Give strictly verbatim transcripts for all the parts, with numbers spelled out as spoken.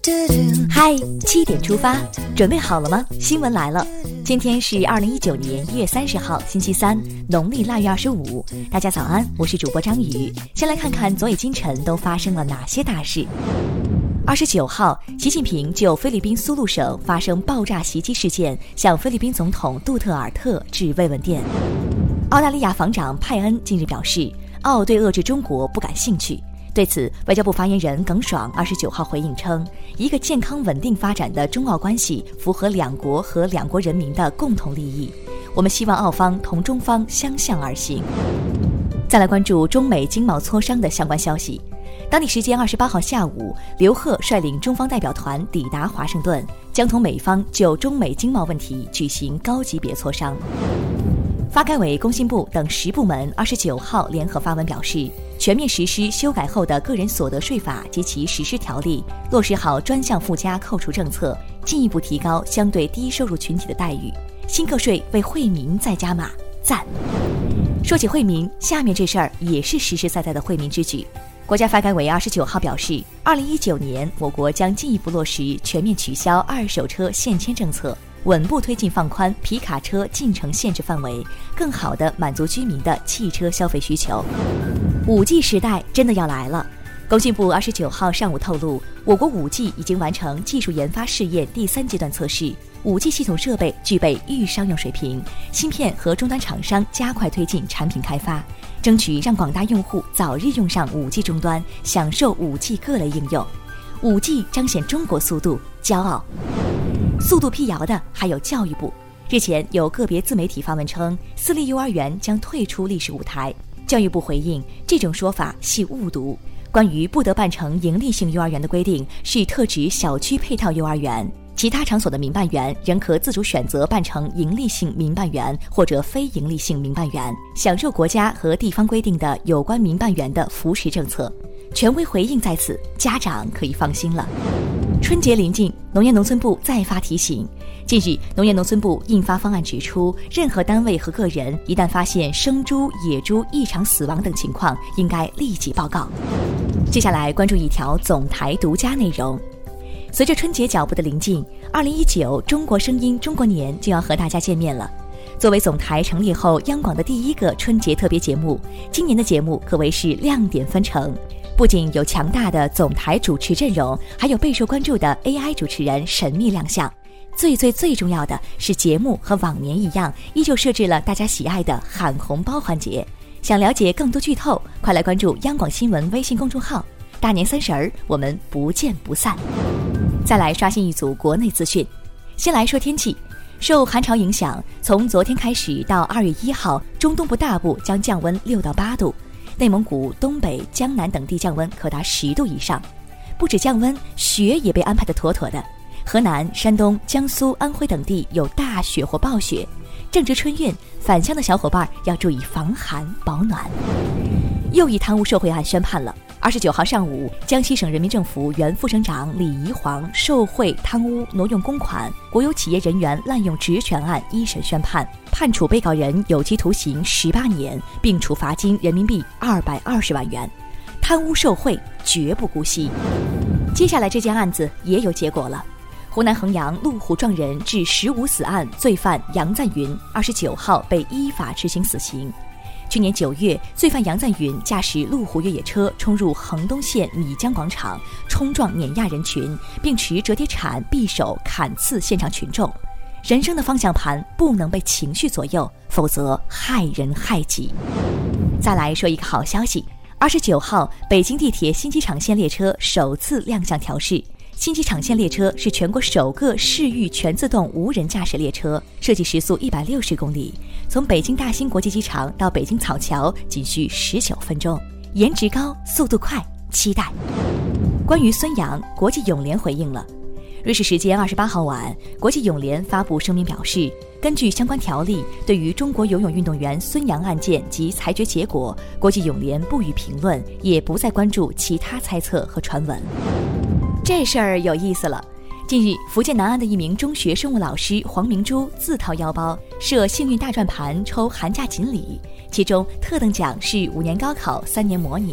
嗨，七点出发，准备好了吗？新闻来了，今天是二零一九年一月三十号，星期三，农历腊月二十五。大家早安，我是主播张宇。先来看看昨夜今晨都发生了哪些大事。二十九号，习近平就菲律宾苏禄省发生爆炸袭击事件，向菲律宾总统杜特尔特致慰问电。澳大利亚防长派恩近日表示，澳对遏制中国不感兴趣。对此，外交部发言人耿爽二十九号回应称，一个健康稳定发展的中澳关系符合两国和两国人民的共同利益，我们希望澳方同中方相向而行。再来关注中美经贸磋商的相关消息。当地时间二十八号下午，刘鹤率领中方代表团抵达华盛顿，将同美方就中美经贸问题举行高级别磋商。发改委、工信部等十部门二十九号联合发文表示，全面实施修改后的个人所得税法及其实施条例，落实好专项附加扣除政策，进一步提高相对低收入群体的待遇。新课税为惠民再加码，赞！说起惠民，下面这事儿也是实实在在的惠民之举。国家发改委二十九号表示，二零一九年我国将进一步落实全面取消二手车限迁政策，稳步推进放宽皮卡车进城限制范围，更好地满足居民的汽车消费需求。五 G 时代真的要来了。工信部二十九号上午透露，我国 五 G 已经完成技术研发试验第三阶段测试， 五 G 系统设备具备预商用水平，芯片和终端厂商加快推进产品开发，争取让广大用户早日用上 五 G 终端，享受 五 G 各类应用。五 G 彰显中国速度，骄傲。速度辟谣的还有教育部。日前有个别自媒体发文称，私立幼儿园将退出历史舞台。教育部回应，这种说法系误读。关于不得办成营利性幼儿园的规定，是特指小区配套幼儿园，其他场所的民办园仍可自主选择办成营利性民办园或者非营利性民办园，享受国家和地方规定的有关民办园的扶持政策。权威回应在此，家长可以放心了。春节临近，农业农村部再发提醒。近日，农业农村部印发方案指出，任何单位和个人一旦发现生猪、野猪异常死亡等情况，应该立即报告。接下来关注一条总台独家内容。随着春节脚步的临近，二零一九中国声音中国年就要和大家见面了。作为总台成立后央广的第一个春节特别节目，今年的节目可谓是亮点纷呈。不仅有强大的总台主持阵容，还有备受关注的 A I 主持人神秘亮相。最最最重要的是，节目和往年一样，依旧设置了大家喜爱的喊红包环节。想了解更多剧透，快来关注央广新闻微信公众号。大年三十儿，我们不见不散。再来刷新一组国内资讯。先来说天气。受寒潮影响，从昨天开始到二月一号，中东部大部将降温六到八度。内蒙古、东北、江南等地降温可达十度以上，不止降温，雪也被安排得妥妥的。河南、山东、江苏、安徽等地有大雪或暴雪。正值春运，返乡的小伙伴要注意防寒保暖。又一贪污受贿案宣判了。二十九号上午，江西省人民政府原副省长李宜煌受贿、贪污、挪用公款、国有企业人员滥用职权案一审宣判，判处被告人有期徒刑十八年，并处罚金人民币二百二十万元。贪污受贿绝不姑息。接下来这件案子也有结果了。湖南衡阳路虎撞人致十五死案罪犯杨赞云，二十九号被依法执行死刑。去年九月，罪犯杨赞云驾驶路虎越野车冲入衡东县米江广场，冲撞碾压人群，并持折叠铲、匕首砍刺现场群众。人生的方向盘不能被情绪左右，否则害人害己。再来说一个好消息，二十九号，北京地铁新机场线列车首次亮相调试。新机场线列车是全国首个市域全自动无人驾驶列车，设计时速一百六十公里，从北京大兴国际机场到北京草桥仅需十九分钟，颜值高，速度快，期待。关于孙杨，国际泳联回应了。瑞士时间二十八号晚，国际泳联发布声明表示，根据相关条例，对于中国游泳运动员孙杨案件及裁决结果，国际泳联不予评论，也不再关注其他猜测和传闻。这事儿有意思了。近日，福建南安的一名中学生物老师黄明珠自掏腰包设幸运大转盘抽寒假锦鲤，其中特等奖是五年高考三年模拟。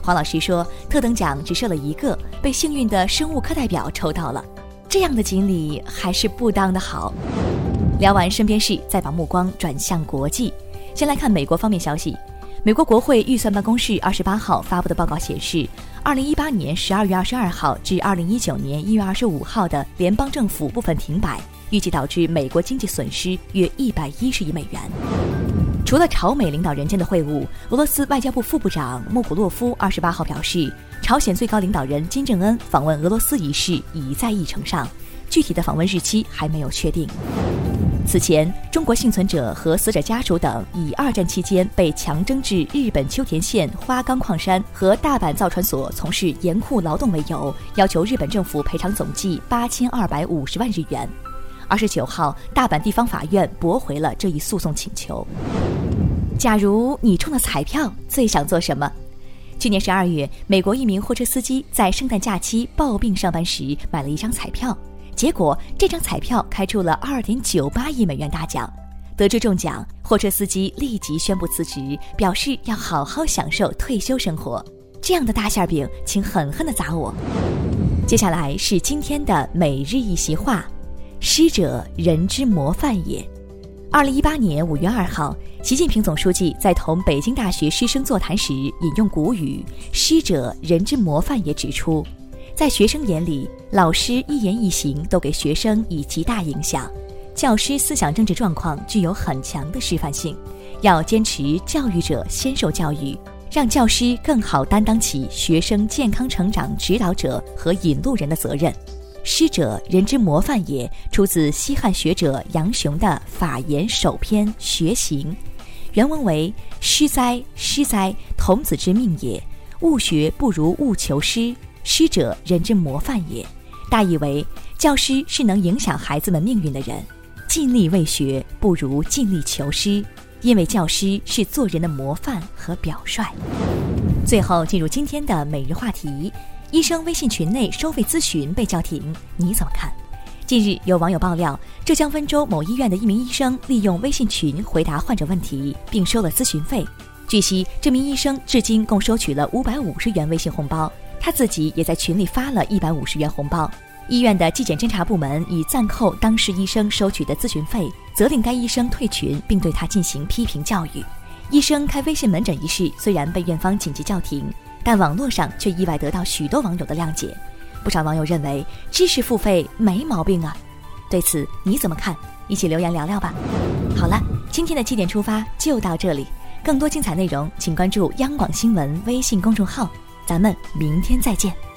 黄老师说，特等奖只设了一个，被幸运的生物课代表抽到了。这样的锦鲤还是不当的好。聊完身边事，再把目光转向国际。先来看美国方面消息。美国国会预算办公室二十八号发布的报告显示，二零一八年十二月二十二号至二零一九年一月二十五号的联邦政府部分停摆，预计导致美国经济损失约一百一十亿美元。除了朝美领导人间的会晤，俄罗斯外交部副部长穆古洛夫二十八号表示，朝鲜最高领导人金正恩访问俄罗斯一事已在议程上，具体的访问日期还没有确定。此前，中国幸存者和死者家属等以二战期间被强征至日本秋田县花岗矿山和大阪造船所从事盐库劳动为由，要求日本政府赔偿总计八千二百五十万日元。二十九号，大阪地方法院驳回了这一诉讼请求。假如你中了彩票，最想做什么？去年十二月，美国一名货车司机在圣诞假期抱病上班时买了一张彩票。结果这张彩票开出了 二点九八亿美元大奖。得知中奖，货车司机立即宣布辞职，表示要好好享受退休生活。这样的大馅饼，请狠狠地砸我。接下来是今天的每日一席话：师者，人之模范也。二零一八年五月二号，习近平总书记在同北京大学师生座谈时引用古语“师者，人之模范也”，指出，在学生眼里，老师一言一行都给学生以极大影响，教师思想政治状况具有很强的示范性，要坚持教育者先受教育，让教师更好担当起学生健康成长指导者和引路人的责任。师者，人之模范也，出自西汉学者杨雄的《法言首篇·学行》，原文为：师哉，师哉，童子之命也，务学不如务求师，师者，人之模范也。大意为，教师是能影响孩子们命运的人，尽力为学不如尽力求师，因为教师是做人的模范和表率。最后进入今天的每日话题：医生微信群内收费咨询被叫停，你怎么看？近日有网友爆料，浙江温州某医院的一名医生利用微信群回答患者问题，并收了咨询费。据悉，这名医生至今共收取了五百五十元微信红包，他自己也在群里发了一百五十元红包。医院的纪检侦查部门以暂扣当事医生收取的咨询费，责令该医生退群，并对他进行批评教育。医生开微信门诊一事虽然被院方紧急叫停，但网络上却意外得到许多网友的谅解。不少网友认为知识付费没毛病啊，对此你怎么看？一起留言聊聊吧。好了，今天的七点出发就到这里，更多精彩内容请关注央广新闻微信公众号，咱们明天再见。